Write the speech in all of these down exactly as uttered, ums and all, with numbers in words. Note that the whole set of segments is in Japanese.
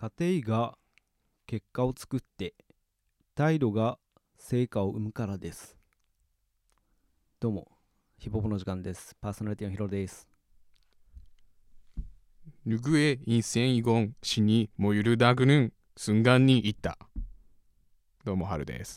家庭が結果を作って態度が成果を生むからです。どうもヒポポの時間です。パーソナリティのヒロです。 누구의 인생이건 신이 모이르다그는 순간이 있다. どうもハルです。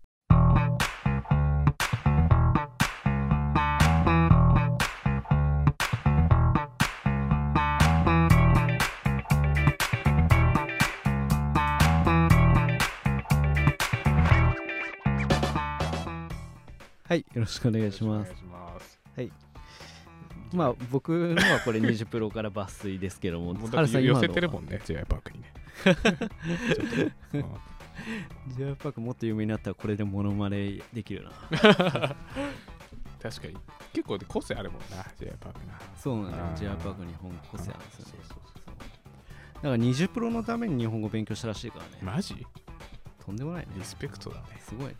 はい、よろしくお願いします。はい。まあ僕のはこれニジプロから抜粋ですけども、 もうだって寄せてるもんね、ジェイアイ パークにね。ちょっと、 ジェイアイ パークもっと有名になったらこれでモノマネできるな。 確かに結構個性あるもんな、ジェイアイ パークな。 そうなんだよ、ジェイアイ パーク日本語個性あるんですよね。そうそうそう。だからニジプロのために日本語勉強したらしいからね。 マジ？ とんでもないね。 リスペクトだね。 すごいね。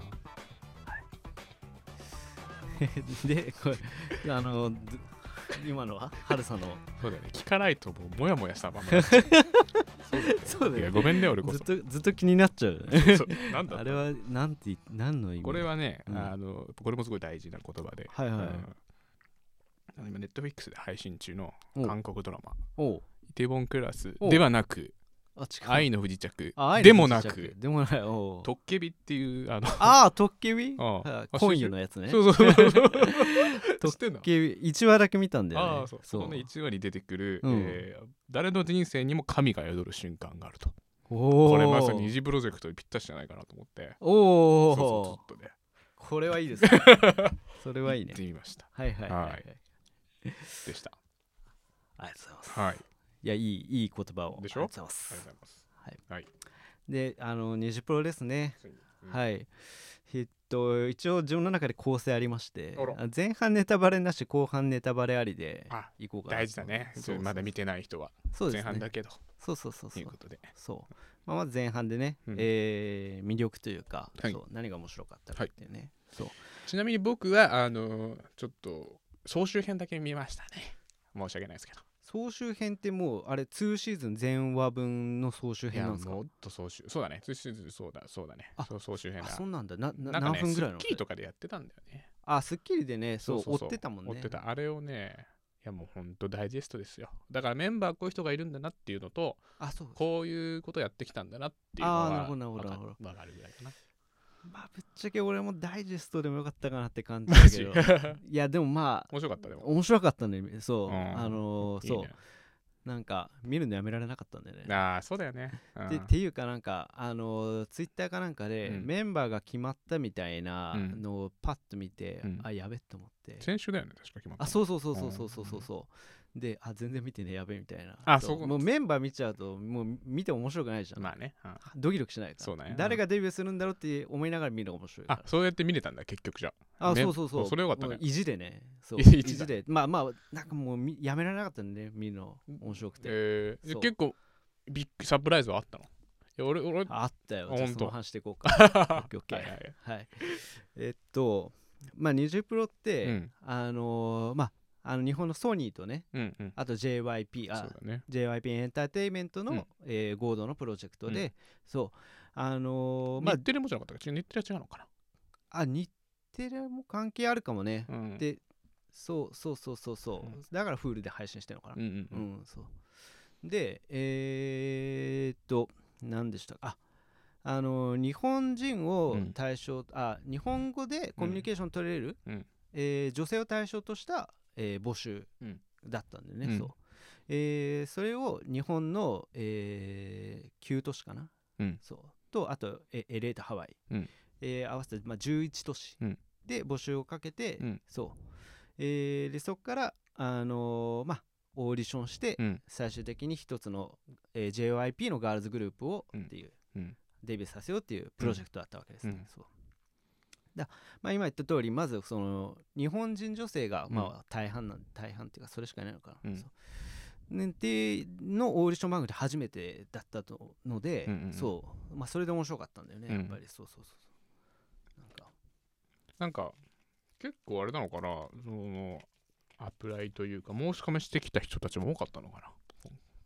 で、これ、あの、今のは、ハルさんの。 そうだよね、聞かないともうもやもやしたまま。 そうだよね。 いや、ごめんね、俺こそ。 ずっと、ずっと気になっちゃう。 そうなんだあれは、なんて、何の意味？ これはね、 うん、 あの、これもすごい大事な言葉で。 はいはい。 うん、今、ネットフリックスで配信中の韓国ドラマ、 イテボンクラスではなく、愛の不時着でもなく、 でもない、おトッケビっていうあのああトッケビ、 ああ今夜のやつね。 そうそうそうトッケビいちわだけ見たんだよね。 ああそうそのいちわに出てくる、うんえー、誰の人生にも神が宿る瞬間があると。おこれまさに二次プロジェクトにぴったしじゃないかなと思って。 おおそうそうちょっとねこれはいいですね。それはいいね。 言ってみました。 はいはいはい、はい、 でした。 ありがとうございます。 はい。 いやいいいい言葉をでしょ。 ありがとうございます。 ありがとうございます。 はい、 はい、 であのニジプロですね、 うん、 はいえっと一応自分の中で構成ありまして、前半ネタバレなし後半ネタバレありでいこうかな。 大事だね。そうそうまだ見てない人はそうです、ね、 前半だけどそうそうそうそういうことでそう、まあ、まず前半でね、うんえー、魅力というか、はい、そう何が面白かったかっていうね、はい、そうちなみに僕はあのちょっと総集編だけ見ましたね。申し訳ないですけど。 総集編ってもうあれにシーズン全話分の総集編なんですか？ いやもっと総集そうだねにシーズンそうだそうだねあそう総集編だ。 あそうなんだなななんか、ね、 何分ぐらいのスッキリとかでやってたんだよね。 あスッキリでねそう追ってたもんね。 追ってたあれをねいやもうほんとダイジェストですよ。だからメンバーこういう人がいるんだなっていうのとあそうこういうことやってきたんだなっていうのは分かるぐらいかな。 まあぶっちゃけ俺もダイジェストでもよかったかなって感じだけどいやでもまあ面白かったでも面白かったねそう、うん、あのー、そういい、ね、なんか見るのやめられなかったんだよね。 ああそうだよね、 うん、でっていうかなんかあのー、ツイッターかなんかで、うん、メンバーが決まったみたいなのをパッと見て、うん、あやべっと思って先週だよね確か決まった。 あそうそうそうそうそうそうそうそうであ全然見てねやべえみたいな。 あそうもうメンバー見ちゃうともう見て面白くないじゃん。 まあね、うん、 ドキドキしないから。 そうだね、 誰がデビューするんだろうって思いながら見るのが面白いから。 あそうやって見れたんだ結局じゃあそうそうそうそれよかったね。 意地でねそう意地でまあまあなんかもうやめられなかったんでね見るの面白くて、 えー、結構ビッグサプライズはあったの？いや俺俺あったよ。じゃあその話していこうか。オッケーオッケー。はい、はいはい、えっとまあニジプロって、うん、あのー、まああの日本のソニーとね、うんうん、あと ジェイワイピー あ、ね、ジェイワイピー エンターテインメントの、うんえー、合同のプロジェクトで、うん、そうあのー、まあ日テレもじゃなかったか日テレは違うのかなあ日テレも関係あるかもね、うん、でそうそうそうそうそう、うん、だから Hulu で配信してるのかな、うんうんうんうん、そうでえー、っと何でしたかああのー、日本人を対象、うん、あ日本語でコミュニケーション取れる、うんえー、女性を対象としたえー、募集だったんでね、うん、そうえー、それを日本の、えー、きゅう都市かな、うん、そうとあとエレーとハワイ、うんえー、合わせて、まあ、じゅういち都市で募集をかけて、うん、そうえー、でそこから、あのーまあ、オーディションして、うん、最終的に一つの、えー、ジェイワイピー のガールズグループをっていう、うん、デビューさせようっていうプロジェクトだったわけですね、うん、そうだまあ、今言った通りまずその日本人女性がまあ大半なん大半っていうかそれしかいないのかな、うんそうね、でのオーディション番組で初めてだったとので、うんうんうん、そうまあそれで面白かったんだよね、うん、やっぱりそうそうそうなんかなんか結構あれなのかなそのアプライというか申し込みしてきた人たちも多かったのかな。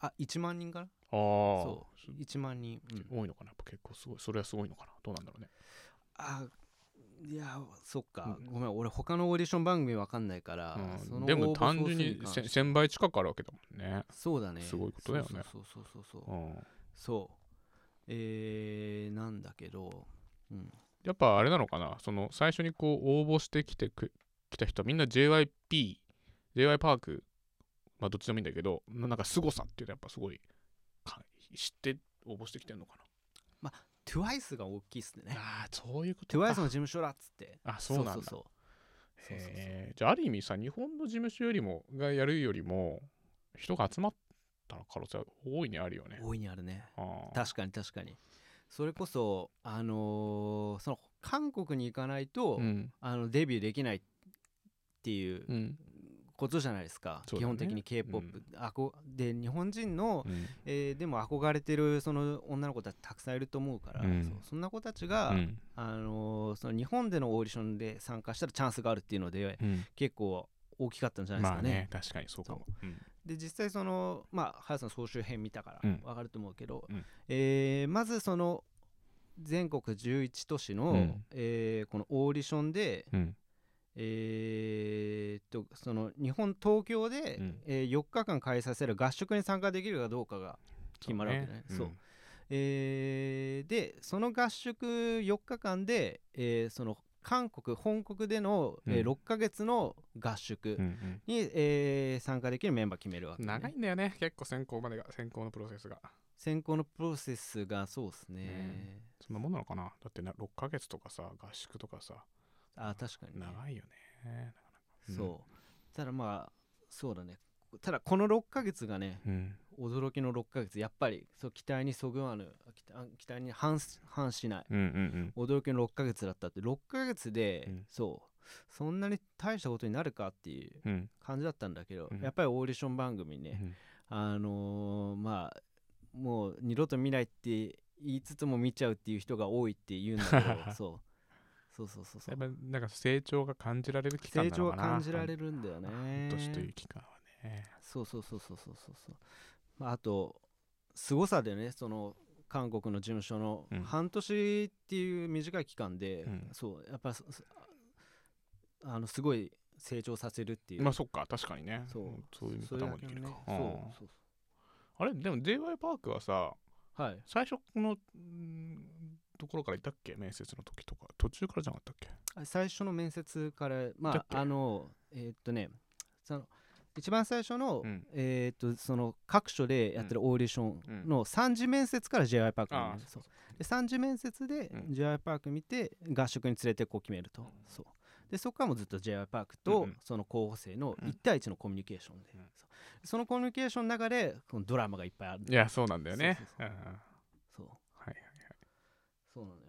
あいちまんにんかな。あそういちまんにん、 うん、多いのかなやっぱ結構すごいそれはすごいのかなどうなんだろうね。 あいやそっか、うん、ごめん俺他のオーディション番組わかんないから、 うん、そのでも単純にせんばい近くあるわけだもんね。 そうだねすごいことだよね。 そうそうそうそうそう、うん、そうえー、なんだけど、うん、 やっぱあれなのかなその最初にこう応募してきてく来た人はみんな ジェイワイピー、ジェイワイ パークまあどっちでもいいんだけどなんか凄さっていうのはやっぱすごい知って応募してきてんのかな。 まあトゥワイスが大きいっすね。 ああそういうことか。 トゥワイスの事務所だっつって。 あそうなんだ。そうそうそうへえ。じゃあある意味さ日本の事務所よりもがやるよりも人が集まった可能性は大いにあるよね。 大いにあるね。確かに確かに。それこそあのー、その韓国に行かないと、うん、あのデビューできないっていうことじゃないですか、うん、基本的に K-ポップ、うん、あこで日本人の、うんえー、でも憧れてるその女の子たちたくさんいると思うから、うん、そ, そんな子たちが、うんあのー、その日本でのオーディションで参加したらチャンスがあるっていうので、うん、結構大きかったんじゃないですかね。まあね確かにそうかも。 そう、うんで実際そのまあ早さん総集編見たから分かると思うけど、うんえー、まずその全国じゅういち都市の、うんえー、このオーディションで、うんえー、っとその日本東京で、うんえー、よっかかん開催される合宿に参加できるかどうかが決まるわけね。そう、ねそう、うんえー、でその合宿よっかかんで、えー、その韓国本国での、うんえー、ろっかげつの合宿に、うんうんえー、参加できるメンバー決めるわけ、ね、 長いんだよね結構選考までが選考のプロセスが選考のプロセスがそうですね、 うん、そんなもんなのかな。だってなろっかげつとかさ合宿とかさあ確かに、 ね、長いよね。 なかなか、そう、うん、ただまあそうだねただこのろっかげつがね、うん、驚きのろっかげつやっぱりそう期待にそぐわぬ期待に反反しない、うんうんうん、驚きのろっかげつだったってろっかげつで、うん、そうそんなに大したことになるかっていう感じだったんだけど、うん、やっぱりオーディション番組ね、うん、あのー、まあもう二度と見ないって言いつつも見ちゃうっていう人が多いって言うんだけどそうそうそうそうそうやっぱなんか成長が感じられる期間なのかな。 成長が感じられるんだよね半年という期間はね。 そうそうそうそうそうそうそう、まあ、あと凄さでねその韓国の事務所の半年っていう短い期間で、うん、そうやっぱあのすごい成長させるっていう。 まあそっか確かにね。そうそういう見方もできるか。そうそうそうあれでも ジェイワイ パークはさ、はい、最初のところからいたっけ面接の時とか途中からじゃなかったっけ。 最初の面接からまああのえー、っとねその一番最初の、うん、えー、っとその各所でやってるオーディションのさん次面接から ジェイワイ パークに、うん、そうでさん次面接で ジェイワイ パーク見て合宿に連れてこう決めると、うん、そうでそこからもずっと ジェイワイ パークとその候補生のいち対いちのコミュニケーションで、うん、そ, そのコミュニケーションの中でこのドラマがいっぱいある。 いやそうなんだよね。 そうそうそう、うん、そうはいはいはいそうなのよ。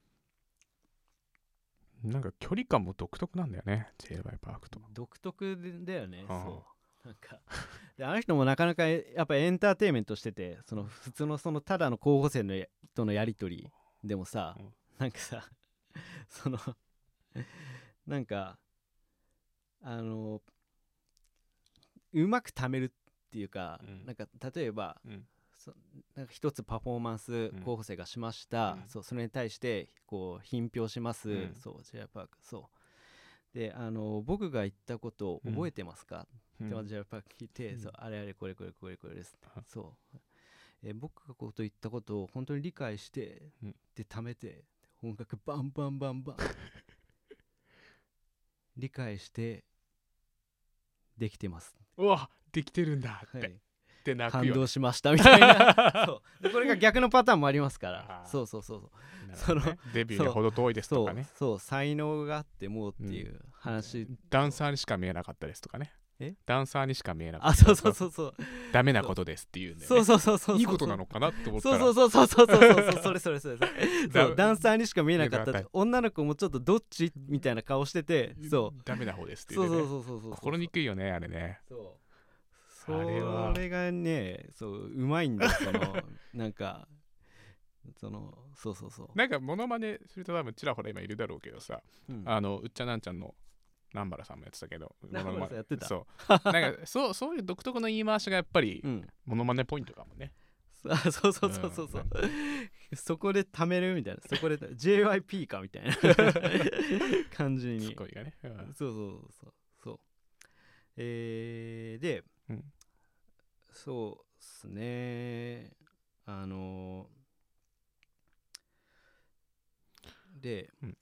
なんか距離感も独特なんだよね ジェイワイ パークと。 独特だよね、うん、そうなんかであの人もなかなかやっぱエンターテインメントしててその普通のそのただの候補生のとのやり取りでもさ、うん、なんかさそのなんかあのうまく貯めるっていうか、うん、なんか例えば、うんそなんか一つパフォーマンス候補生がしました、うん、そうそれに対してこう品評します、うん、そう ジェイワイ パークそうであの僕が言ったことを覚えてますか、うん、って ジェイワイ パーク聞いて、うん、そうあれあれこれこれこれこれです、うん、そうえ僕がこと言ったことを本当に理解して、うん、で貯めて音楽バンバンバンバン理解してできてます。 うわできてるんだって、はいって泣くよね、 感動しましたみたいなそうでこれが逆のパターンもありますからそうそうそうそう、 ね、そのデビューにほど遠いですとかねそうそう才能があってもうっていう話、 うん、ダンサーにしか見えなかったですとかねえダンサーにしか見えなかったあそうそうそうそうダメなことですっていうんで、ね、 そうそうそうそういいことなのかなって思ったらそうそうそうそうそうそうそうそれそれそれそれそうダンサーにしか見えなかったって女の子もちょっとどっちみたいな顔しててそうダメな方ですっていうねそうそうそうそうそう心にくいよねあれねそうそれがねそううまいんだよそのなんかそのそうそうそうなんかモノマネすると多分ちらほら今いるだろうけどさ、うん、あのうっちゃなんちゃんの南原さんもやってたけど南原さんやってたそうなんかそうそういう独特の言い回しがやっぱり、うん、モノマネポイントかもね。 あそうそうそうそうそう、うん、そこで貯めるみたいな、そこで ジェイワイピー かみたいな感じにツッコミがね、うん、 そうそうそうそうえー、で、うん、そうっすねあのー、で、うん、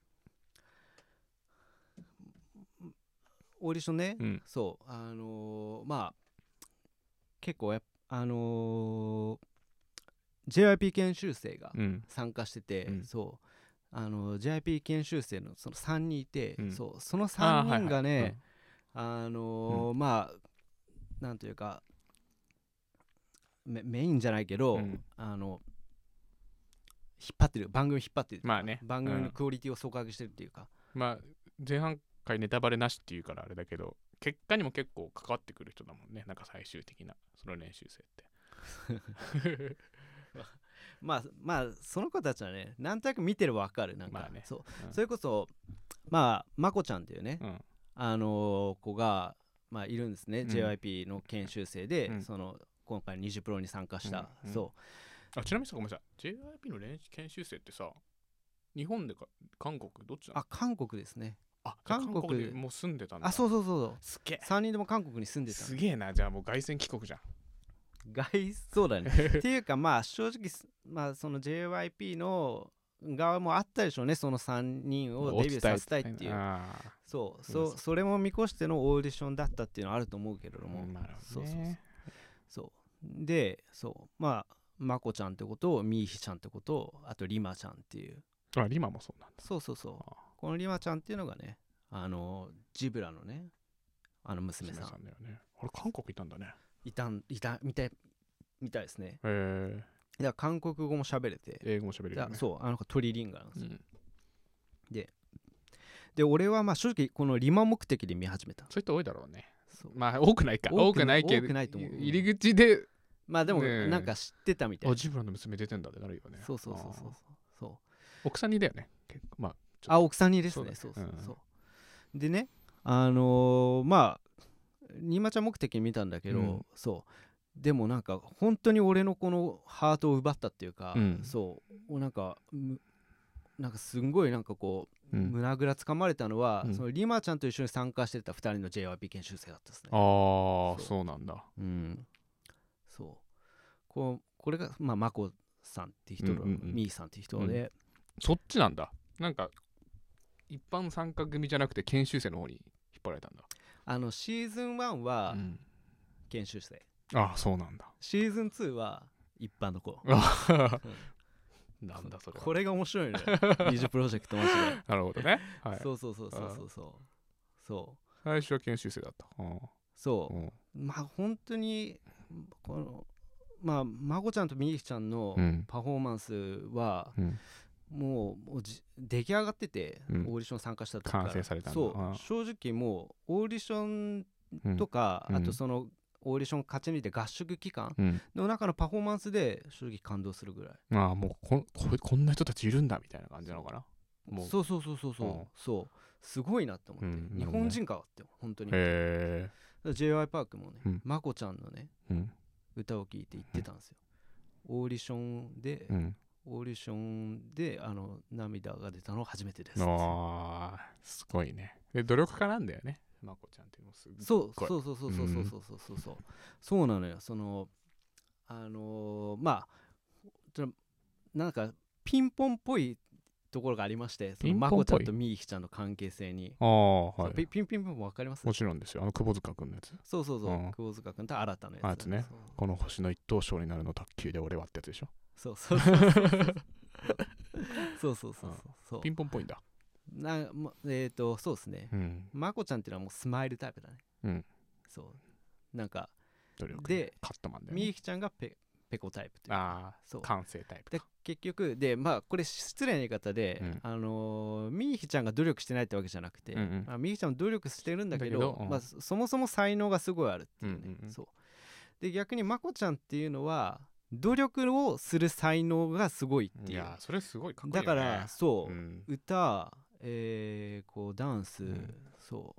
オーディションね、うん、そうあのー、まあ結構やあのー、ジェイワイピー 研修生が参加してて、うん、そうあの ジェイワイピー 研修生のそのさんにんいて、うん、そうそのさんにんがね、あ、はいはい、あ、あのーうん、まあなんというか メ, メインじゃないけど、うん、あの引っ張ってる番組引っ張ってる、 まあね、 番組のクオリティを底上げしてるっていうか、 うん、まあ前半回ネタバレなしっていうからあれだけど結果にも結構関わってくる人だもんね、なんか最終的なその練習生ってまあまあその子たちはねなんとなく見てれば分かる、なんか、まあね、そう、うん、それこそまあまこちゃんっていうね、うん、あのー、子がまあいるんですね、うん、ジェイワイピー の研修生で、うん、その今回ニジプロに参加した、うん、そうあちなみにさごめんなさい ジェイワイピー の練研修生ってさ日本でか韓国どっちなの？ あ韓国ですね。 あ韓国でもう住んでたんだ。 あそうそうそうすげえさんにんでも韓国に住んでた。 すげえな、じゃあもう凱旋帰国じゃん。 外そうだねっていうかまあ正直まあその ジェイワイピー の側もあったでしょうね、そのさんにんをデビューさせたいっていう、そうそそれも見越してのオーディションだったっていうのはあると思うけれども、うん、なるほどね、そうそうそうそうでそうまあまこちゃんってことをみーひちゃんってことをあとりまちゃんっていう、 あリマもそうなんだ。 そうそうそう、このりまちゃんっていうのがねあのジブラのねあの娘さん、娘さんだよね。あれ韓国いたんだね。 いたんいたみたいみたいですね。 へえ。 だから韓国語も喋れて、 英語も喋れるよね。 そうあの子トリリンガルなんですよ、うん、でで俺はまあ正直このリマ目的で見始めた。 そういう人多いだろうね。まあ多くないか多くないけど多くないと思う。 入り口でまあでもなんか知ってたみたいな、 あジブラの娘出てんだってなるよね。 そうそうそうそうそう奥さんにだよね結構、まああ奥さんにですね、そうそうそうそう、うん、でねあのー、まあリマちゃん目的に見たんだけど、うん、そうでもなんか本当に俺のこのハートを奪ったっていうか、うん、そうなんかなんかすんごいなんかこう、うん、胸ぐらつかまれたのは、うん、そのリマちゃんと一緒に参加してたふたりの ジェイワイピー 研修生だったですね。 ああ そ, うそうなんだ。 うんそうこうこれがまあまこさんっていう人の、うんうんうん、みーさんっていう人で、うん、 そっちなんだ。なんか一般参加組じゃなくて研修生の方に引っ張られたんだ。 あのシーズンワンは研修生、 うん、ああそうなんだ。 シーズンツーは一般の子なんだそれは。 これが面白いねニジプロジェクトマジでなるほどね、はい、 そうそうそうそうそうそうそう最初は研修生だった。 そう、うん、まあ本当にこのまあまこちゃんとみーひちゃんのパフォーマンスは、うん、もう、もうじ出来上がってて、うん、オーディション参加した時から完成されたんだ。 そう正直もうオーディションとか、うん、あとそのオーディション勝ち抜いて合宿期間の中のパフォーマンスで正直感動するぐらい、 うん、ああもう こ, こ, こんな人たちいるんだみたいな感じなのかな。 もうそうそうそうそうそう、うん、そうすごいなって思って、うん、日本人かって本当に。 へえ ジェイワイ パークもね、うん、まこちゃんのね、うん、歌を聴いて言ってたんですよ、うん、オーディションで、うん、オーディションであの涙が出たの初めてです。 あすごいね。で努力家なんだよねまこちゃんっていうのすごい。 そうそうそうそうそうそうそうそうそうそうそうなのよ。そのあのー、まあなんかピンポンっぽいところがありまして、そのまこちゃんとみーひちゃんの関係性に。 ああはい。 ピンピンピンポン分かります？ もちろんですよ。あの窪塚くんのやつ。 そうそうそう、うん、窪塚くんと新たなやつ。 あやつね。この星の一等賞になるの卓球で俺はってやつでしょ。 そうそうそうそうそうそうそうそうピンポンっぽいんだ。 なえっ、ー、とそうですね、うん、まこちゃんっていうのはもうスマイルタイプだね。うんそうなんか努力でカットマンだよね。 みーひちゃんがペペコタイプっていう。 ああそう完成タイプで結局でまあこれ失礼な言い方で、うん、あのー、みーひちゃんが努力してないってわけじゃなくて、うんうんまあ、みーひちゃんも努力してるんだけど、だけど、うんまあ、そもそも才能がすごいあるっていうね、うんうんうん、そうで逆にまこちゃんっていうのは努力をする才能がすごいっていう。いやそれすごいかっこいいよね。 だからそう、うん、歌、えー、こうダンス、うん、そう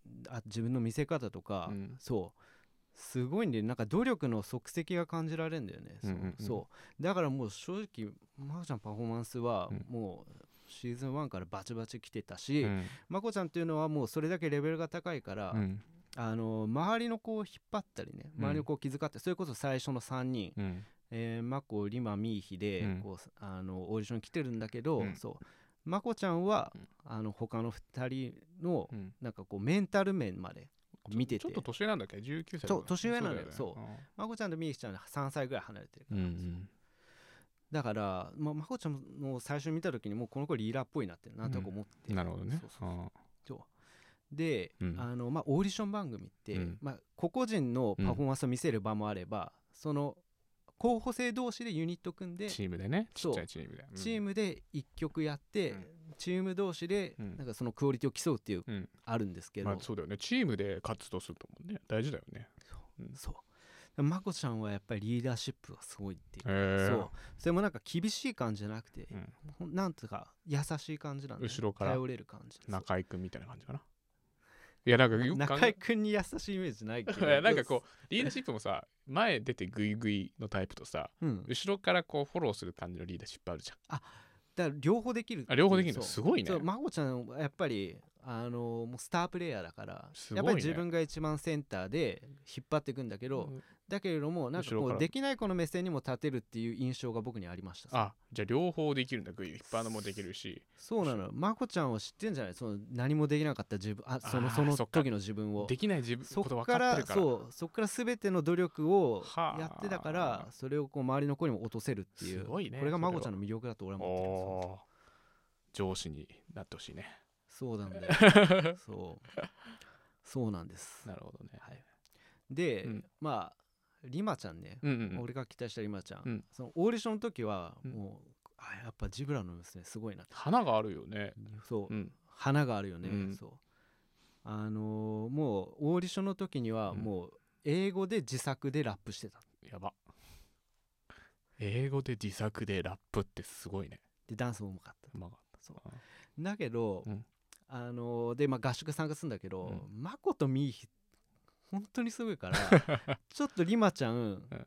あ自分の見せ方とか、 うん、 そうすごいんで、なんか努力の足跡が感じられるんだよね。そう、うんうんうん、そうだからもう正直まこちゃんパフォーマンスはもうシーズンワンからバチバチ来てたし、うん、まこちゃんっていうのはもうそれだけレベルが高いから、うん、あの周りの子を引っ張ったりね、周りの子を気遣って、うん、それこそ最初のさんにん、うんえー、マコ、リマ、ミーヒでこう、うん、あのオーディション来てるんだけど、うん、そうまこちゃんは、うん、あの他のふたりの、うん、なんかこうメンタル面まで見てて、 ちょっと年上なんだっけ、じゅうきゅうさいとか年上なのよ。そうまこちゃんとミーヒちゃんはさんさいぐらい離れてるから、うんうん、だから、まあ、まこちゃんの最初見た時にもうこの子リーダーっぽいなってなんとなく思って、 うん、なるほどね。 そうそうそうで、うん、あのまあ、オーディション番組って、うんまあ、個々人のパフォーマンスを見せる場もあれば、うん、その候補生同士でユニット組んでチームでね、ちっちゃいチームで、 うん、チームでいっきょくやって、うん、チーム同士でなんかそのクオリティを競うっていう、うん、あるんですけど、 まあ、そうだよね、チームで活動すると思うね、大事だよね。 そう、うん、そうまこちゃんはやっぱりリーダーシップがすごいっていう、えー、そうそれもなんか厳しい感じじゃなくて、うん、なんていうか優しい感じなんで、 後ろから頼れる感じ、 中居君みたいな感じかな。いやなんかよく中居君に優しいイメージないけどなんかこうリーダーシップもさ前出てグイグイのタイプとさ、うん、後ろからこうフォローする感じのリーダーシップあるじゃん。 あだから両方できる。 あ両方できるのすごいね。 そうまこちゃんはやっぱりあのもうスタープレイヤーだから、ね、やっぱり自分が一番センターで引っ張っていくんだけど、うん、だけれどもなんかこうできない子の目線にも立てるっていう印象が僕にありました。 あじゃあ両方できるんだ。グイ引っ張るのもできるし。 そうなの。まこちゃんは知ってんじゃない、その何もできなかった自分、あそのその時の自分をできない自分そっこと分かかってるから、 そうそっから全ての努力をやってたから、それをこう周りの子にも落とせるっていう、 すごいね、 これがまこちゃんの魅力だと俺は思ってる。 上司になってほしいね。 そうなんだよそうそうなんです。 なるほどね、 はい、で、うん、まあリマちゃんね、うんうんうん、俺が期待したリマちゃん、うん、そのオーディションの時はもう、うん、あやっぱジブラの娘すごいなって。 花があるよね。 そう、うん、花があるよね、うん、そうあのー、もうオーディションの時にはもう英語で自作でラップしてた。 やば、英語で自作でラップってすごいね。 でダンスもうまかった。 うまかった。 そうだけど、うん、あのー、で、まあ、合宿参加するんだけど、うん、マコとミーヒ本当にすごいからちょっとリマちゃん、うん、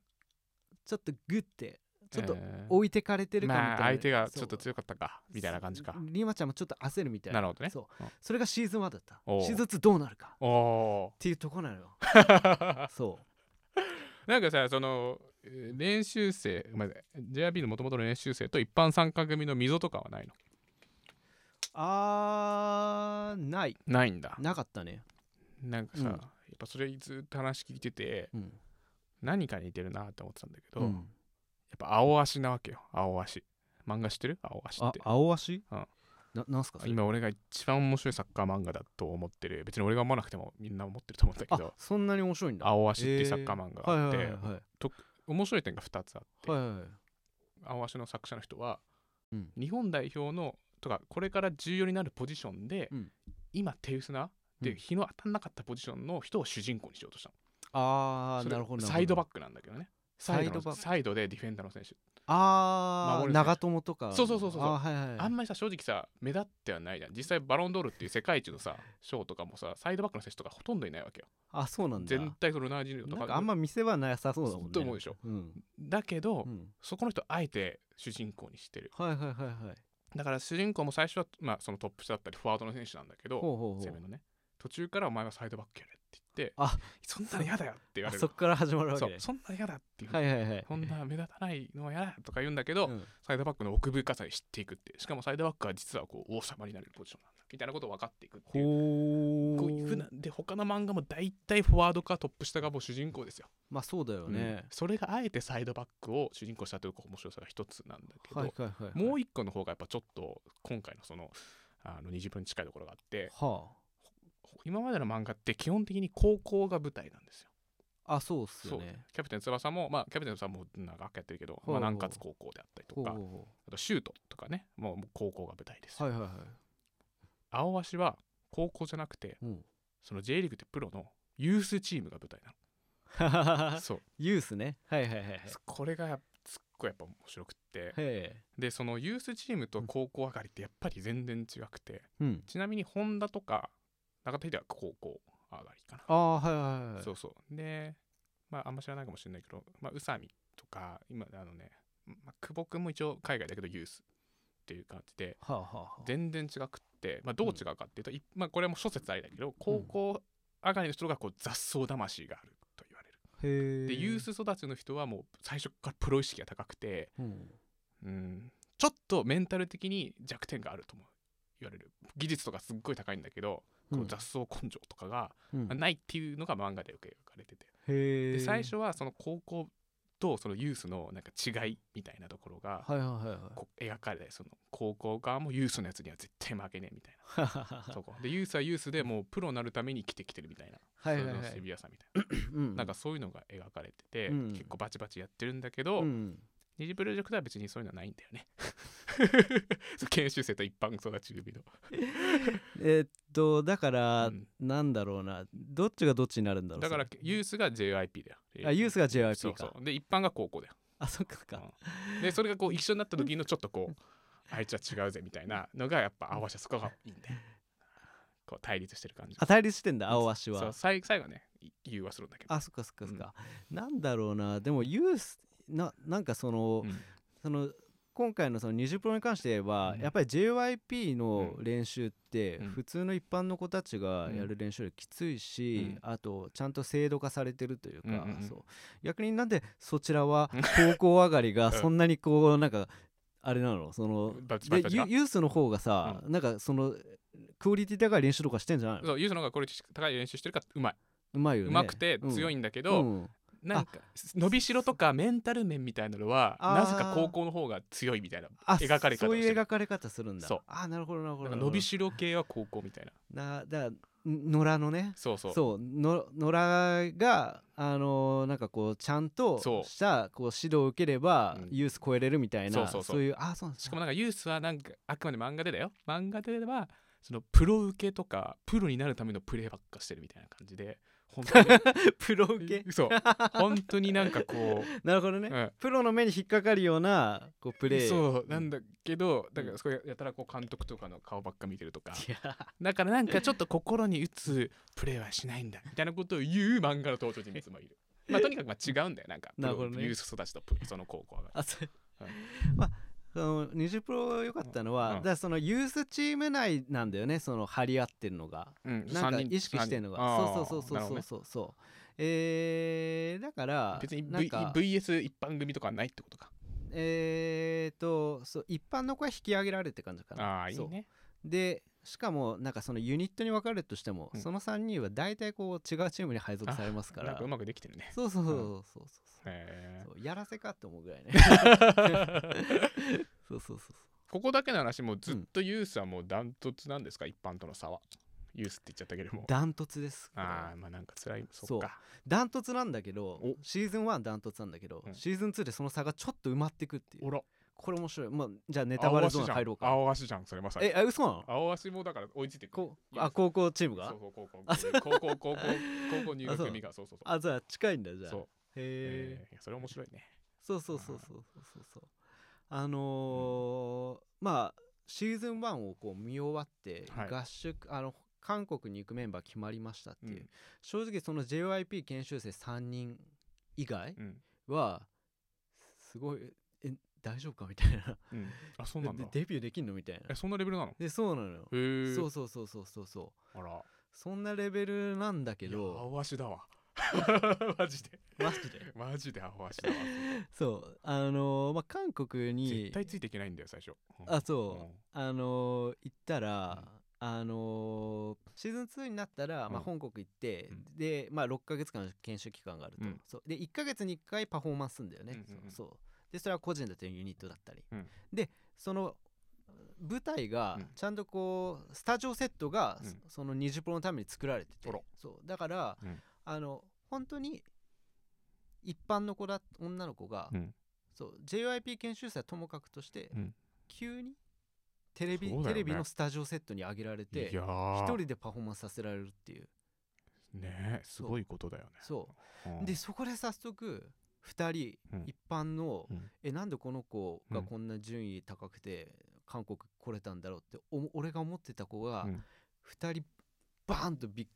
ちょっとグッてちょっと置いてかれてるかみたいな、 まあ、相手がちょっと強かったかみたいな感じか。 リマちゃんもちょっと焦るみたいな。 なるほどね。 そう、うん、それがシーズンワンだった。シーズンツーどうなるかっていうとこなのよそうなんかさ、その練習生、まあ、ジェイアールビー のもともとの練習生と一般参加組の溝とかはないの？ あーないないんだ。 なかったね。 なんかさ、うん、やっぱそれずっと話聞いてて、うん、何かに似てるなって思ってたんだけど、うん、やっぱ青足なわけよ。青足漫画知ってる？青足って。 あ青足、 うん、 な, なんすかそれ？ 今俺が一番面白いサッカー漫画だと思ってる。別に俺が思わなくてもみんな思ってると思うんだけど、 あそんなに面白いんだ。 青足っていうサッカー漫画があって、 えーはいはいはいはい、 と面白い点がふたつあって、 はいはいはい、 青足の作者の人は、うん、日本代表のとかこれから重要になるポジションで、うん、今手薄なで、うん、日の当たんなかったポジションの人を主人公にしようとしたの。 あーなるほど。 サイドバックなんだけどね。サイドバック、サイドでディフェンダーの選手。 あー長友とか。 そうそうそうそう。あ、 はいはい、 あんまりさ正直さ目立ってはないじゃん。実際バロンドールっていう世界一のさ賞とかもさサイドバックの選手とかほとんどいないわけよ。 あ、そうなんだ。 全体そのナージーとかなんかあんま見せ場なさそうだもんね。 と思うでしょ、うん、だけど、うん、そこの人あえて主人公にしてる。 はいはいはいはい。 だから主人公も最初は、まあ、そのトップ下だったりフォワードの選手なんだけど、ほうほうほう、攻めのね途中からお前はサイドバックやれって言って、あそんなの嫌だよって言われる。 そっから始まるわけで。 そうそんなの嫌だっていう、 はいはいはい、 そんな目立たないのは嫌だとか言うんだけど、うん、サイドバックの奥深さに知っていくって、しかもサイドバックは実はこう王様になれるポジションなんだみたいなことを分かっていくっていう。こういうふうなで他の漫画も大体フォワードかトップ下がもう主人公ですよ。 まあそうだよね、うん、 それがあえてサイドバックを主人公したという面白さが一つなんだけど、 はいはいはいはい、 もう一個の方がやっぱちょっと今回のそのあのにじゅっぷん近いところがあって、はあ、今までの漫画って基本的に高校が舞台なんですよ。 あ、そうっすよね。 キャプテン翼も、まあ、キャプテン翼も長くやってるけど、ほうほう、まあ、南葛高校であったりとか、ほうほうほう、あとシュートとかね、もう高校が舞台です。 はいはいはい。 青足は高校じゃなくて、うん、その J リーグってプロのユースチームが舞台なの。そうユースね。はいはいはい、はい、 これがすっごいやっぱ面白くって、でそのユースチームと高校上がりってやっぱり全然違くて、うん、ちなみに本田とか中田秀は高校上がりかな。 ああはいはいはい。 そうそうでまああんま知らないかもしれないけど、まあ宇佐美とか今あのね、まあ、久保君も一応海外だけどユースっていう感じで、 はあはあはあ、 全然違くって、まあ、どう違うかっていうと、うん、まあ、これも諸説ありだけど高校上がりの人がこう雑草魂があると言われる。 へでユース育ちの人はもう最初からプロ意識が高くて、 うんうん、ちょっとメンタル的に弱点があるとも言われる。技術とかすっごい高いんだけど、うん、こう雑草根性とかがないっていうのが漫画でよく描かれてて、 へで最初はその高校とそのユースのなんか違いみたいなところがこう描かれて、その高校側もユースのやつには絶対負けねえみたいなそこでユースはユースでもうプロになるために生きてきてるみたいな、 はいはいはい、 そのシビアさみたいな、うん、なんかそういうのが描かれてて、うん、結構バチバチやってるんだけど、うん、二次プロジェクトは別にそういうのはないんだよね研修生と一般育ち組のえっとだから、うん、なんだろうな、どっちがどっちになるんだろう。 だからユースが ジェイワイピー だよ。 あ、ユースが ジェイワイピー か。 そうそうで一般が高校だよ。 あ、そっかか、 うん、でそれがこう一緒になった時のちょっとこうあいつは違うぜみたいなのがやっぱ青足そこがいいんだよ。こう対立してる感じ。 あ、対立してんだ青足は。 そう最後はね融和するんだけど。 あ、そっかそっかそっか、うん、なんだろうな、でもユースな、なんかその、うん、その今回のそのにじゅうプロに関して言えば、うん、やっぱり ジェイワイピー の練習って普通の一般の子たちがやる練習よりきついし、うん、あとちゃんと制度化されてるというか、うんうんうん、そう逆になんでそちらは高校上がりがそんなにこうなんかあれなの、そのでユースの方がさ、うん、なんかそのクオリティ高い練習とかしてんじゃないの？ そうユースの方がクオリティ高い練習してるからうまいうまいよね、 うまくて強いんだけど、うんうん、なんか伸びしろとかメンタル面みたいなのはなぜか高校の方が強いみたいな描かれ方をしてる。 そういう描かれ方するんだ。 そう、 あ、なるほどなるほど。 伸びしろ系は高校みたいな。なだ野良のね、 そうそうそうの野良があのー、なんかこうちゃんとしたこう指導を受ければ、うん、ユース超えれるみたいな、そうそうそう、そういう、あ、そうなんです。 しかもなんかユースはなんかあくまで漫画でだよ。漫画ではそのプロ受けとかプロになるためのプレーばっかしてるみたいな感じで。本当にプロ受けそう本当になんかこうなるほどね、うん、プロの目に引っかかるようなこうプレー、 そうなんだけど、だからそれやたらこう監督とかの顔ばっか見てるとか、だからなんかちょっと心に打つプレーはしないんだみたいなことを言う漫画の登場人物もいるまあとにかくまあ違うんだよ、なんかプロ、ね、ユース育ちとその高校があそう、うん、まあそのにじゅうプロ良かったのは、うん、だからそのユースチーム内なんだよね、その張り合ってるのが、うん、なんか意識してるのが、そうそうそうそうそうそう、ね、えー、だから別に、v、ブイエス 一般組とかはないってことか。 えーとそう一般の子は引き上げられるって感じかな。 ああいいね。 でしかもなんかそのユニットに分かれるとしても、うん、そのさんにんは大体こう違うチームに配属されますから、 なんかうまくできてるね。 そうそうそうそうそうそう、 へそうやらせかって思うぐらいねそうそうそうそう、 ここだけの話もずっとユースはもうダントツなんですか、うん、一般との差は。ユースって言っちゃったけどもダントツです。 ああまあなんか辛い。そっか、 ダントツなんだけどシーズンワンダントツなんだけど、うん、シーズンツーでその差がちょっと埋まってくっていう。 おらこれ面白い。まあ、じゃあネタバレゾーン入ろうか。 青足じゃんそれまさに。 えあ嘘なの？ 青足もだから追いついてくる。 あ高校チームが？ そうそう高校高校高校高校入学組がそうそうそう。 あじゃあ近いんだじゃあ。 そう。 へえ。 それ面白いね。 そうそうそうそうそうそう。あのーうん、まあシーズンワンをこう見終わって、はい、合宿あの韓国に行くメンバー決まりましたっていう、うん、正直その ジェイワイピー 研修生さんにん以外はすごいえ大丈夫かみたいな、 うん、あそうなんだ。 デビューできんのみたいな。 えそんなレベルなの？ でそうなのよ。 へそうそうそうそうそうそう。 あらそんなレベルなんだけど。 青足だわマジでマジでマジで青足だわ。 そうあのー、まあ韓国に絶対ついていけないんだよ最初、 うん、あそう、うん、あのー、行ったら、うん、あのー、シーズンツーになったら、まあ、香港行って、うん、で、まあ、ろっかげつかん研修期間があると、うん、そうでいっかげつにいっかいパフォーマンスするんだよね、うんうんうん、そうそうでそれは個人だったりユニットだったり、うん、でその舞台がちゃんとこうスタジオセットが、うん、そのにじゅうプロのために作られてて、そうだから、うん、あの本当に一般の子だ女の子が、うん、そう ジェイワイピー 研修生はともかくとして、うん、急にテレビ、ね、テレビのスタジオセットに上げられて一人でパフォーマンスさせられるっていうね、すごいことだよね。 そう、うん、でそこで早速ふたり、うん、一般の、うん、えなんでこの子がこんな順位高くて、うん、韓国来れたんだろうってお俺が思ってた子が、うん、ふたりバーンとび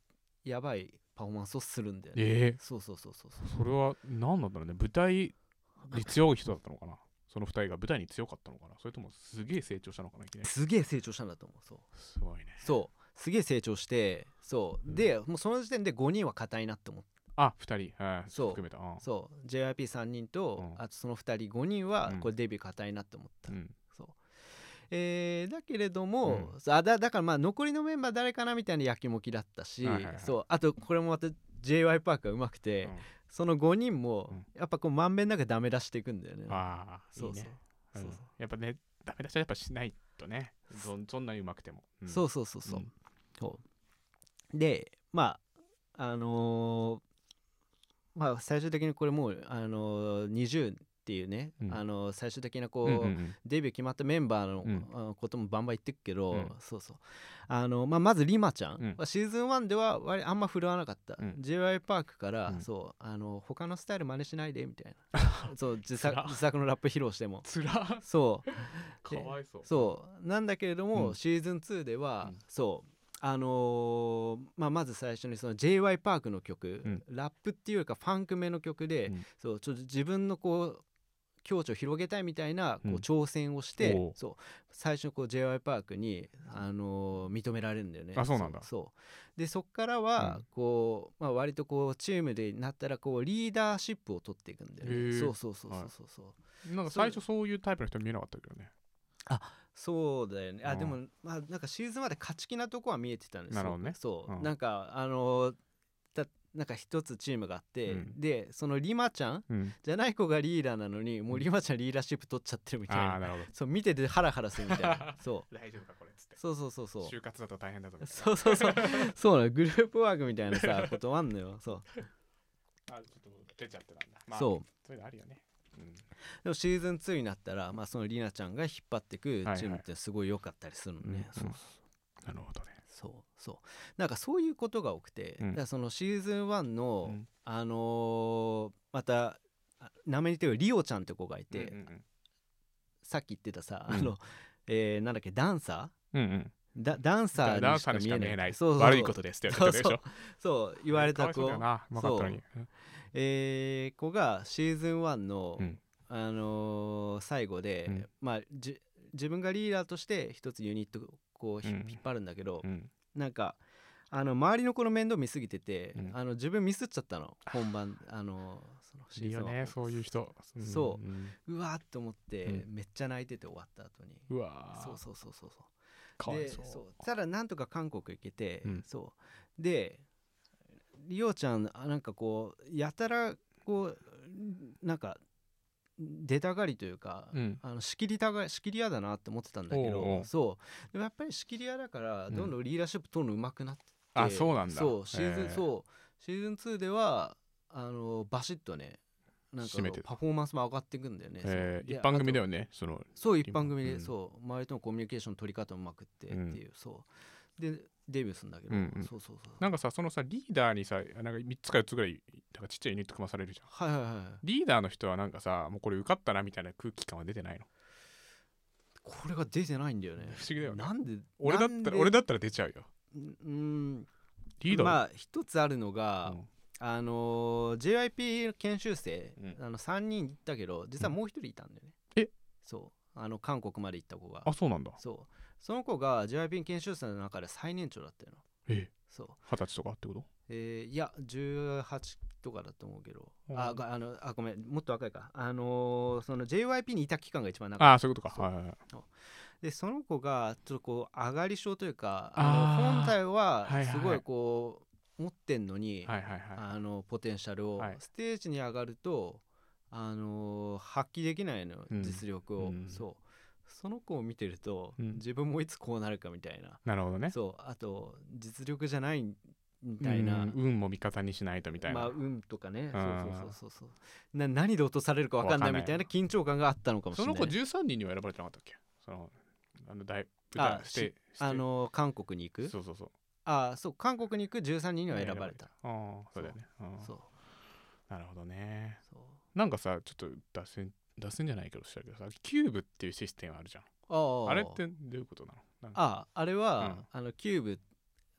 やばいパフォーマンスをするんだよね。 えー、 そうそうそうそうそう。 それは何なんだろうね。舞台に強い人だったのかな。そのふたりが舞台に強かったのかな。それともすげえ成長したのかな。いきなりすげえ成長したんだと思う。そうすごいね。 そうすげえ成長してそう、うん、でもうその時点でごにんは硬いなって思って、 あふたり、はい、 そう含めた、うん、 そう ジェイワイピーさん 人と、うん、あとそのふたりごにんはこれデビュー硬いなって思った、うん、そうえー、だけれども、うん、あ だ, だからまあ残りのメンバー誰かなみたいなやきもきだったし、はいはいはい、そうあとこれもまた ジェイワイ パークがうまくて、うん、そのごにんもやっぱこうまんべんなくダメ出していくんだよね、うん、 ああそうそういいね、うん、そうそうやっぱねダメ出しはやっぱしないとね、そ, そんなにうまくても、 うん、そうそうそうそう、うん、そうでまああのー、まあ最終的にこれもう、あのー、にじゅうっていうね、うん、あの最終的なこう、うんうんうん、デビュー決まったメンバーの、うん、こともバンバン言ってくけど、うん、そうそうあの、まあ、まずリマちゃん、うん、シーズンワンでは割あんま振るわなかった、うん、ジェイワイ パークから、うん、そうあの他のスタイル真似しないでみたいなそう 自, 作自作のラップ披露してもつらそうかわいそうそうなんだけれども、うん、シーズンツーでは、うん、そうあのーまあ、まず最初にその ジェイワイ パークの曲、うん、ラップっていうよりかファンクめの曲で、うん、そうちょっと自分のこう境地を広げたいみたいなこう挑戦をして、うん、そう最初こう ジェイワイ パークに、あのー、認められるんだよね。 あそうなんだ。 そうでそっからはこう、まあ、割とこうチームでなったらこうリーダーシップを取っていくんだよね。そうそうそうそうそうそう、 はい、なんか最初そういうタイプの人見えなかったけどね。 あそうだよね。あでも、まあ、なんかシーズンまで勝ち気なとこは見えてたんですよ。 なるほどね。 そう、 うん、 なんかあのーなんか一つチームがあって、うん、でそのリマちゃん、うん、じゃない子がリーダーなのにもうリマちゃんリーダーシップ取っちゃってるみたいな、 あなるほどそう見ててハラハラするみたいなそう大丈夫かこれっつってそうそうそうそう就活だと大変だと思うそうそうそうそうなのグループワークみたいなさことあんのよそうあちょっと出ちゃってたんだ、まあ、 そうそういうのあるよね、うん、 でもシーズンツーになったら、まあ、そのリナちゃんが引っ張ってくチームってすごい良かったりするのね、はいはい、そうそうそうなるほどねそうそうなんかそういうことが多くて、うん、だからそのシーズンワンの、うん、あのー、また名前に言ってるリオちゃんって子がいて、うんうんうん、さっき言ってたさ、うん、あの、えー、なんだっけダンサー、 うんうんダ, ダンサーにしか見えない、 ないそうそう悪いことですって言ってたでしょ。 そうそうそう言われた子、 そうな分かったのに、 えー、子がシーズンワンの、うんあのー、最後で、うん、まあじ自分がリーダーとして一つユニットこう、うん、引っ張るんだけど、うん、なんかあの周りの子の面倒見すぎてて、うん、あの自分ミスっちゃったの本番あのそのシーズンいいよねそういう人、 うん、そう、うん、うわーって思って、うん、めっちゃ泣いてて終わった後にうわそうそうそうそうそうかわいそう。 でそうただなんとか韓国行けて、うん、そうでリオちゃんなんかこうやたらこうなんか出たがりというか、うん、あの仕切りたが仕切り屋だなって思ってたんだけど、おうおうそうでもやっぱり仕切り屋だからどんどんリーダーシップ取るの上手くなって、 うん、あそうなんだそうシーズンそうシーズンツーではあのバシッとねなんかパフォーマンスも上がっていくんだよね、 えー、一般組だよねそのそう一般組で、うん、そう周りとのコミュニケーション取り方もうまくってっていう、うん、そうでデビューするんだけど、うんうん、そうそうそうなんかさそのさリーダーにさなんかみっつかよっつぐらいなんかちっちゃいユニット組まされるじゃん、 はいはいはい、 リーダーの人はなんかさもうこれ受かったなみたいな空気感は出てないの？ これが出てないんだよね。 不思議だよね。 なんで俺だったら俺だったら出ちゃうよ。 うんリーダーまあ一つあるのが、うんあのー、ジェイワイピー 研修生、うん、あのさんにん行ったけど実はもう一人いたんだよね、 うん、えそうあの韓国まで行った子があそうなんだそうその子が ジェイワイピー 研修生の中で最年長だったよ。 えそう二十歳とかってこと？ えー、いやじゅうはちとかだと思うけど、うん、ああのあごめんもっと若いかあのー、その ジェイワイピー にいた期間が一番長かった。 あそういうことかはいはいはいでその子がちょっとこう上がり症というかあの本体はすごいこう持ってんのに、はいはいはい、あのポテンシャルを、はい、ステージに上がると、あのー、発揮できないの、うん、実力を、うん、そうその子を見てると、うん、自分もいつこうなるかみたいな。 なるほどね。 そうあと実力じゃないみたいな、 うん、運も味方にしないとみたいな、 まあ運とかね、そうそうそうそうな何で落とされるか分かんないみたいな緊張感があったのかもしれない。 その子じゅうさんにんには選ばれてなかったっけ？そのあの大あしてあの韓国に行くそうそうそうあそう韓国に行くじゅうさんにんには選ばれた。 ああそうだよね。 そうなるほどね。そうなんかさちょっと脱線脱線じゃないけどしたけどさキューブっていうシステムあるじゃん。ああれってどういうことなの？なんかあああれは、うん、あのキューブ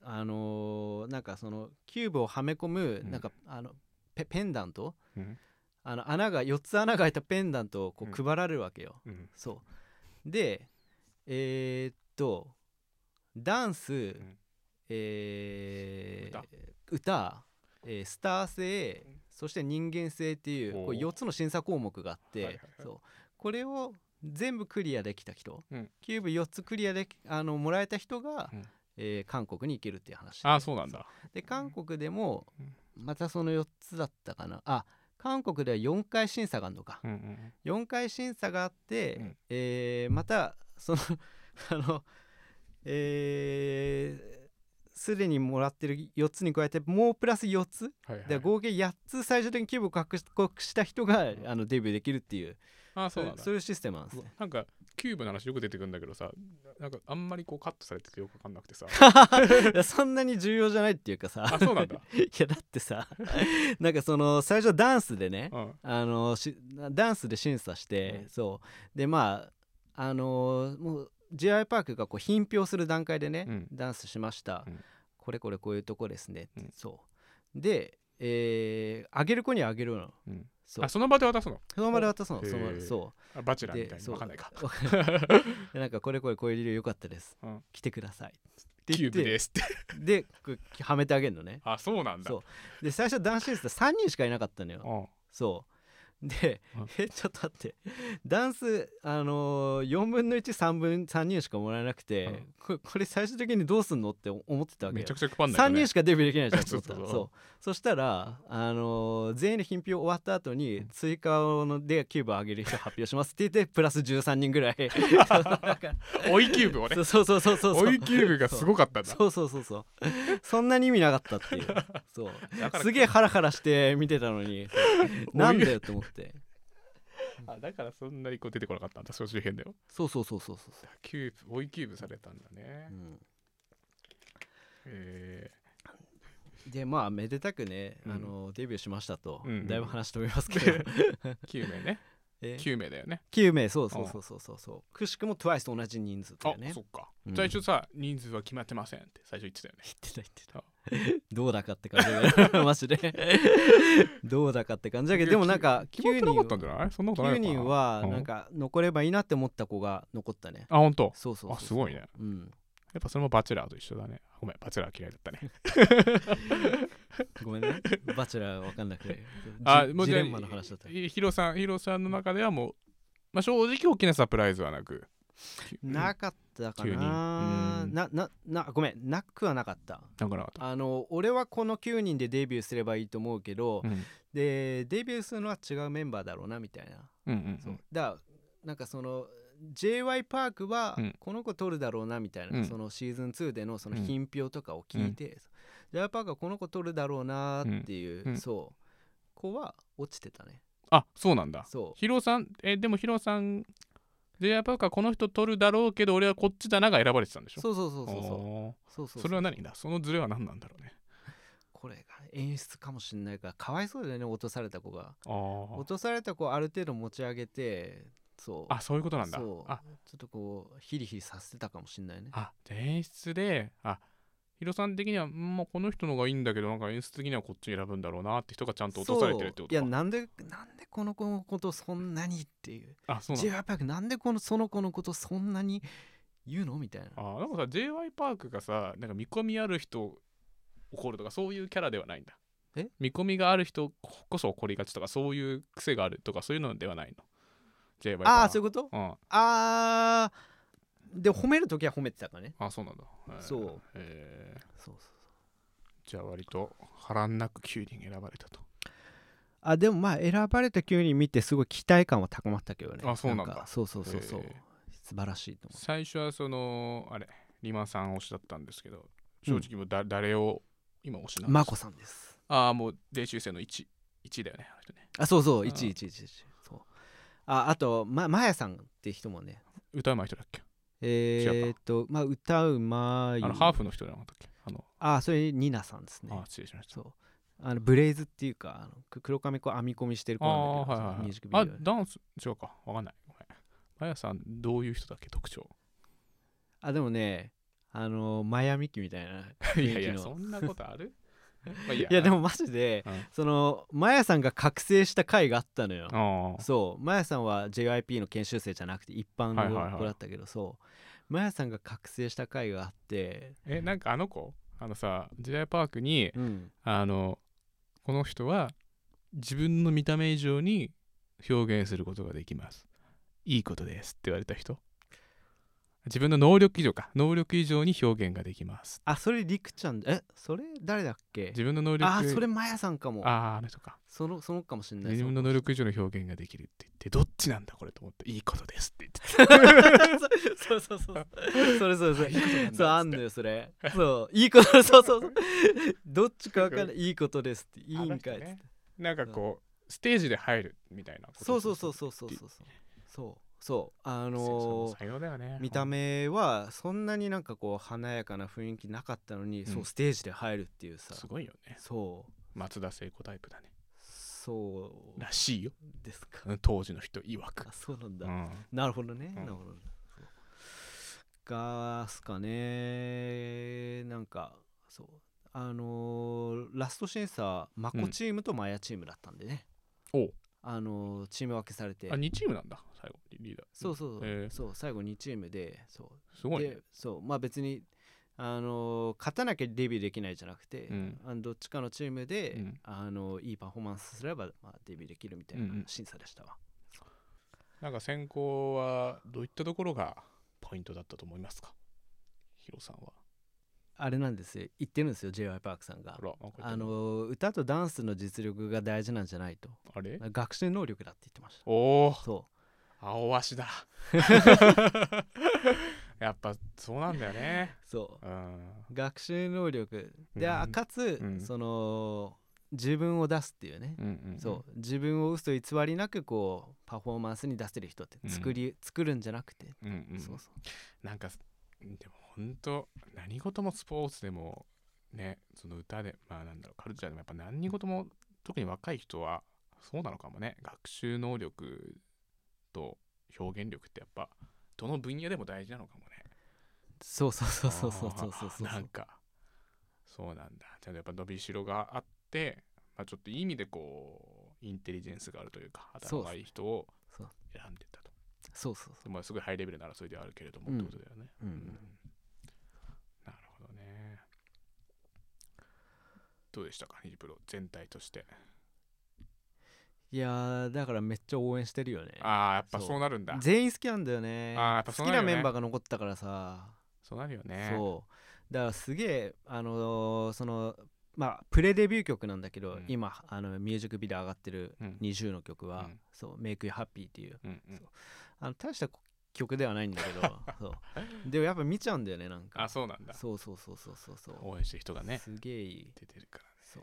あのー、なんかそのキューブをはめ込む、うん、なんかあの ペ, ペンダント、うん、あの穴がよっつ穴が開いたペンダントをこう配られるわけよ、うん、そうでえー、っとダンス、うん、えー、歌、歌えー、スター性、うん、そして人間性っていうこうよっつの審査項目があって、はいはいはい、そうこれを全部クリアできた人、うん、キューブよっつクリアであのもらえた人が、うんえー、韓国に行けるっていう話で、 あそうなんだ。 で韓国でもまたそのよっつだったかなあ韓国ではよんかい審査があるのか、うんうん、よんかい審査があって、うんえー、またそのあのえーすでにもらってるよっつに加えてもうプラスよっつ、はいはい、で合計やっつ最終的にキューブを獲得した人が、うん、あのデビューできるっていうあそうなんだそういうシステムなんですね。 なんかキューブの話よく出てくるんだけどさなんかあんまりこうカットされててよく分かんなくてさいやそんなに重要じゃないっていうかさあそうなんだいやだってさなんかその最初ダンスでね、うん、あのしダンスで審査して、うん、そうでまああのー、もう ジェイワイ パークがこう品評する段階でね、うん、ダンスしました、うん、これこれこういうとこですねって、うん、そうで、えー、あげる子にはあげるの、うん、 そうあその場で渡すのその場で渡すのそのそうバチェラーみたいに分かんないかでなんかこれこれこういう理由よかったです、うん、来てくださいって言ってキューブですってではめてあげるのね。 あそうなんだ。 そうで最初男子審査さんにんしかいなかったのよ、うん、そうで、えちょっと待ってダンス、あのー、よんぶんのいち、さんぶんさんにんしかもらえなくて、うん、こ, これ最終的にどうすんのって思ってたわけよ。 めちゃくちゃ配んない、ね、 さんにんしかデビューできないじゃんそうそうそうそうそしたら、あのー、全員の品評終わった後に追加のでキューブを上げる人発表しますって言ってプラスじゅうさんにんぐらい追いキューブをねそうそうそうそうそう追いキューブがすごかったんだ。 そうそうそうそうそんなに意味なかったっていうそうすげえハラハラして見てたのになんだよって思ってあだからそんなにこう出てこなかったんだ総集編では。 そうそうそうそうそうキューブ追いキューブされたんだね、うん、えー、でまあめでたくね、うん、あのデビューしましたと、うんうん、だいぶ話飛びますけどきゅうめいねきゅうめいだよねきゅうめいそうそうそうそうそうそうくしくも トゥワイス と同じ人数だよね。 あそっか、うん、最初さ人数は決まってませんって最初言ってたよね。 言ってた言ってたどうだかって感じだよマジでどうだかって感じだけどでもなんかきゅうにんはきゅうにんはなんか残ればいいなって思った子が残ったね。 あ本当。 そうそうそうそうあすごいね、うん、やっぱそれもバチェラーと一緒だね。ごめんバチェラー嫌いだったねごめんねバチェラー分かんなくてあもうジレンマの話だった。 ヒロさんヒロさんの中ではもう、まあ、正直大きなサプライズはなくなかったかななななごめんなくはなかったなかなかったあの俺はこのきゅうにんでデビューすればいいと思うけど、うん、でデビューするのは違うメンバーだろうなみたいな、うんうんうん、そうだからなんかその ジェイワイ パークはこの子取るだろうなみたいな、うん、そのシーズンツーでのその品評とかを聞いて、うん、ジェイワイ パークはこの子取るだろうなっていう、うん、そう子は落ちてたね。 あそうなんだ。 そうヒロさんえでもヒロさんジェイワイ パークはこの人取るだろうけど俺はこっちだなが選ばれてたんでしょ。 そうそうそうそうそうそうそれは何だそのズレは何なんだろうね。 これが演出かもしれないからかわいそうだよね落とされた子が。落とされた子をある程度持ち上げてそうあそういうことなんだ。 そうあちょっとこうヒリヒリさせてたかもしれないね。 あ演出であヒロさん的にはもうこの人の方がいいんだけどなんか演出的にはこっちに選ぶんだろうなって人がちゃんと落とされてるってことか。 いやなんでなんでこの子のことそんなにっていうあそうなんだジェイワイ パークなんでこのその子のことそんなに言うのみたいな。 あなんかさ ジェイワイ パークがさなんか見込みある人怒るとかそういうキャラではないんだ。 え見込みがある人こそ怒りがちとかそういう癖があるとかそういうのではないの ジェイワイ パーク。 ああそういうこと、うん、ああで褒めるときは褒めてたからね。 あそうなんだ。 そう、 えー、 そうそうそうじゃあ割と波乱なくきゅうにん選ばれたと。 あでもまあ選ばれたきゅうにん見てすごい期待感は高まったけどね。 あそうなんだ。 なんそうそうそうそう、えー、素晴らしいと思う。 最初はそのあれリマさん推しだったんですけど正直もうだ、うん、誰を今推しなんですか。 マコさんです。 ああもう練習生のいちいちだよねあの人ね。 あそうそういちいちいちいちそうああとままやさんって人もね歌うまい人だっけ。 えー、っとまあ歌うまいあのハーフの人じゃなかったっけ。あのあそれニナさんですね。 あ失礼しました。 そうあのブレイズっていうかあの黒髪こう編み込みしてる子なんだけど、 あ、はいはいはい、ミュージックビデオであダンス違うかわかんない。ごめんまやさんどういう人だっけ特徴。 あでもねあのマヤミキみたいないやいやそんなことあるまあいいや。 いやでもマジで、うん、そのマヤさんが覚醒した回があったのよ。そうマヤさんは ジェイワイピー の研修生じゃなくて一般の子だったけど、はいはいはい、そうマヤさんが覚醒した回があって、 えなんかあの子あのさ ジェイワイ パークに、うん、あのこの人は自分の見た目以上に表現することができます、いいことですって言われた人、自分の能力以上か能力以上に表現ができます。 あそれりくちゃんえそれ誰だっけ。 自分の能力あそれマヤさんかも。 あああの人か。 そのそのかもしれない。 自分の能力以上の表現ができるって言ってどっちなんだこれと思っていいことですって言ってそうそうそうそれそれそれそうあんのよそれそういいことそうそうそうどっちか分かんないいいことですっていいんかいっつって、ね、 なんかこうステージで入るみたいなこと。 そうそうそうそうそうそうそうそうあのー才能だよね。 見た目はそんなになんかこう華やかな雰囲気なかったのに、うん、そうステージで入るっていうさすごいよね。 そう松田聖子タイプだね。 そうらしいよですか。 当時の人曰く。 あそうなんだ、うん、なるほどね、うん、なるほどがすかね。なんかそうあのー、ラスト審査マコチームとマヤチームだったんでね、 うん、おあのー、チーム分けされてあにチームなんだ最後リーダー。 そうそう、えー、そう最後にチームでそうすごい、ね、 でそうまあ別にあのー、勝たなきゃデビューできないじゃなくて、うん、あのどっちかのチームで、うん、あのー、いいパフォーマンスすれば、まあ、デビューできるみたいな審査でしたわ、 うんうん、なんか選考はどういったところがポイントだったと思いますかヒロさんは。 あれなんですよ言ってるんですよ ジェイワイ パークさんがあの歌とダンスの実力が大事なんじゃないと。 あれ学習能力だって言ってました。 おおそう青足だやっぱそうなんだよね。 そう、 うん、 学習能力で、うん、かつ、うん、その自分を出すっていうね、うんうんうん、そう自分を嘘偽りなくこうパフォーマンスに出せる人って作り、うん、作るんじゃなくて、うんうん、そうそうなんかでも本当何事もスポーツでもねその歌でまあなんだろうカルチャーでもやっぱ何事も特に若い人はそうなのかもね。学習能力と表現力ってやっぱどの分野でも大事なのかもね。 そうそうそうそうそうそうそうそうなんかそうなんだ。ちゃんとやっぱ伸びしろがあって、まあ、ちょっといい意味でこうインテリジェンスがあるというか頭がいい人を選んでたと。 そうそうそう。 まあすごいハイレベルな争いではあるけれども、うん、ってことだよね、うんうん、なるほどね。どうでしたかニジプロ全体として。 いやーだからめっちゃ応援してるよね。 ああやっぱそうなるんだ。 全員好きなんだよね。 あやっぱそうなるよね。 好きなメンバーが残ったからさ。 そうなるよね。 そうだからすげえあのー、そのまあプレデビュー曲なんだけど、うん、今あのミュージックビデオ上がってるにじゅうの曲は、うん、そうメイクユーハッピーっていう、うんうん、そうあの大した曲ではないんだけどそうでもやっぱ見ちゃうんだよねなんか。 あそうなんだ。 そうそうそうそうそうそう応援してる人がねすげえ出てるからね。 そう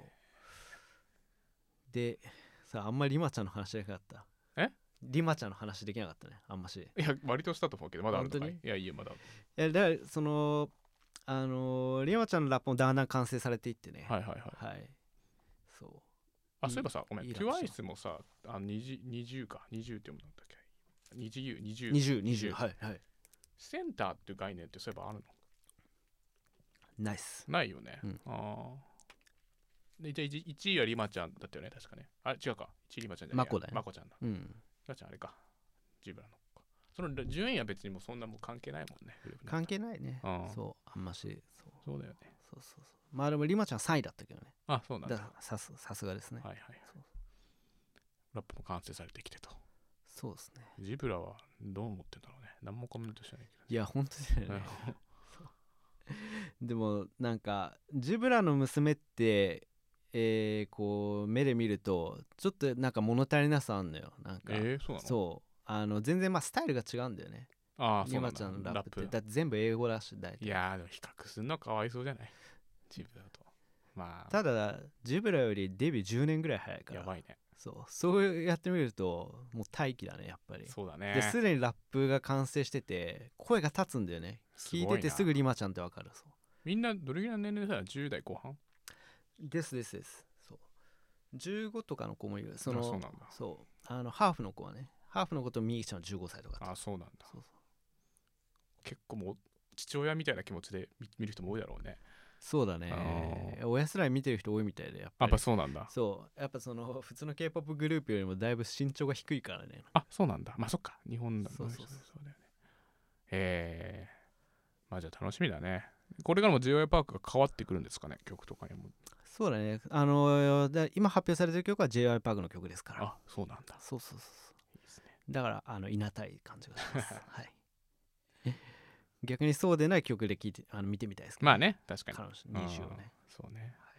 でさああんまりリマちゃんの話できなかった。 えリマちゃんの話できなかったねあんまし。 いや割としたと思うけどまだあるのかい。いやいいよまだ。いやだからそのあのー、リマちゃんのラップもだんだん完成されていってね。 はいはいはい、はい、 そうあそういえばさごめん トゥワイス もさあにじゅう、にじゅうかにじゅうって読むんだっけにじゅう、にじゅう、 にじゅう、にじゅうはいはい。 センターっていう概念ってそういえばあるの？ ナイス。 ないよね、うん、あでじゃあいちいはリマちゃんだったよね確かね。あ違うかいちいリマちゃんじゃないマコだよ、ね、 マコちゃんだ。うん。リマちゃんあれかジブラのその順位は別にもそんなもう関係ないもんね。 関係ないね。そうあんましそうそうだよね。 そうそうそうまあでもリマちゃんさんいだったけどね。 あそうなんだ。 ださすさすがですね。 はいはい、はい、そうラップも完成されてきてと。 そうですね。 ジブラはどう思ってんだろうね。何もコメントしてないけど、ね、 いや本当だよねでもなんかジブラの娘ってえー、こう目で見るとちょっとなんか物足りなさあんのよなんか。 えー、そうなの？ そうあの全然まあスタイルが違うんだよね。 ああそうなんだ。リマちゃんのラップってだって全部英語だし大体。 いやーでも比較するのはかわいそうじゃないジブラと。まあただジブラよりデビューじゅうねんぐらい早いからやばいね。 そうそうやってみるともう大気だねやっぱり。 そうだね。 ですでにラップが完成してて声が立つんだよね。聞いててすぐリマちゃんってわかる。そうみんなどれぐらいの年齢だったらじゅう代後半ですですです。そうじゅうごとかの子もいる。そのそうなんだ。 そうあのハーフの子はねハーフの子とミーちゃんはじゅうごさいとか。 あそうなんだ。そうそう結構も父親みたいな気持ちで見る人も多いだろうね。 そうだね。親すら見てる人多いみたいで、やっぱり。 やっぱそうなんだ。 そう。やっぱその普通の K-ポップ グループよりもだいぶ身長が低いからね。 あ、そうなんだ。まあそっか。日本だ。 そうそうそう。そうだよね。 えー。まあじゃあ楽しみだね。これからも ジェイワイ パークが変わってくるんですかね、曲とかにも。 そうだね。あのー、今発表されてる曲は ジェイワイ パークの曲ですから。 あ、そうなんだ。 そうそうそうそう。いいですね。だからあのいなたい感じがします。はい。逆にそうでない曲で聴いてあの見てみたいですけど、 ね、まあね、確かに。 にじゅうをね。 そうね。はい、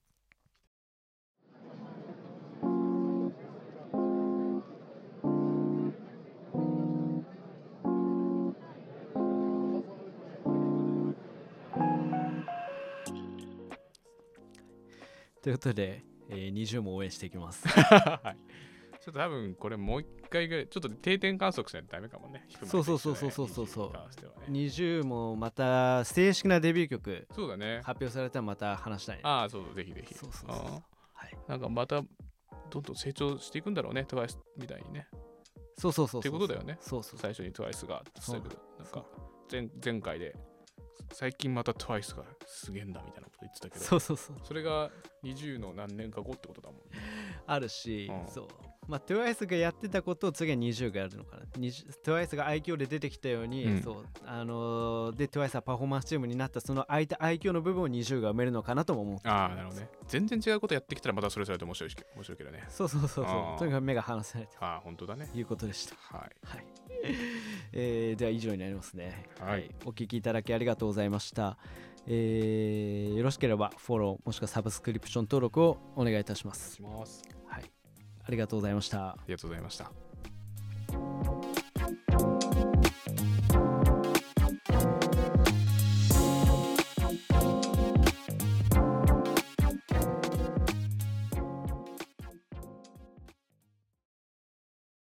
ということで、えー、にじゅうも応援していきます。 はい。ちょっと多分これもう一回ぐらいちょっと定点観測しないとダメかもね。 そうそうそうそうそうそうそう。にじゅうもまた正式なデビュー曲そうだね発表されたらまた話したい、ね。 ああそうそうぜひぜひ。 そうそうそうそう。はい。 なんかまたどんどん成長していくんだろうね トゥワイス みたいにね。 そうそうそうそう。 ってことだよね。 そうそう。 最初に トゥワイス がそうけどなんか 前, 前回で最近また トゥワイス がすげえんだみたいなこと言ってたけど。 そうそうそう。 それがにじゅうの何年か後ってことだもんね。 あるし、うん、そう。まあ、トゥワイス がやってたことを次はにじゅうがやるのかな。トゥワイス が愛嬌で出てきたように、うん、そうあのー、で トゥワイス はパフォーマンスチームになったその相手愛嬌の部分をにじゅうが埋めるのかなとも思って。 ああなるほどね。全然違うことやってきたらまたそれそれと面白いし面白いけどね。 そうそうそうそう。とにかく目が離せないと。 ああ本当だね。 いうことでした。 はい。 はい。えー、では以上になりますね。 はい。はい、 お聞きいただきありがとうございました。えー、よろしければフォローもしくはサブスクリプション登録をお願いいたします。 お願いします。 はい。ありがとうございました。 ありがとうございました。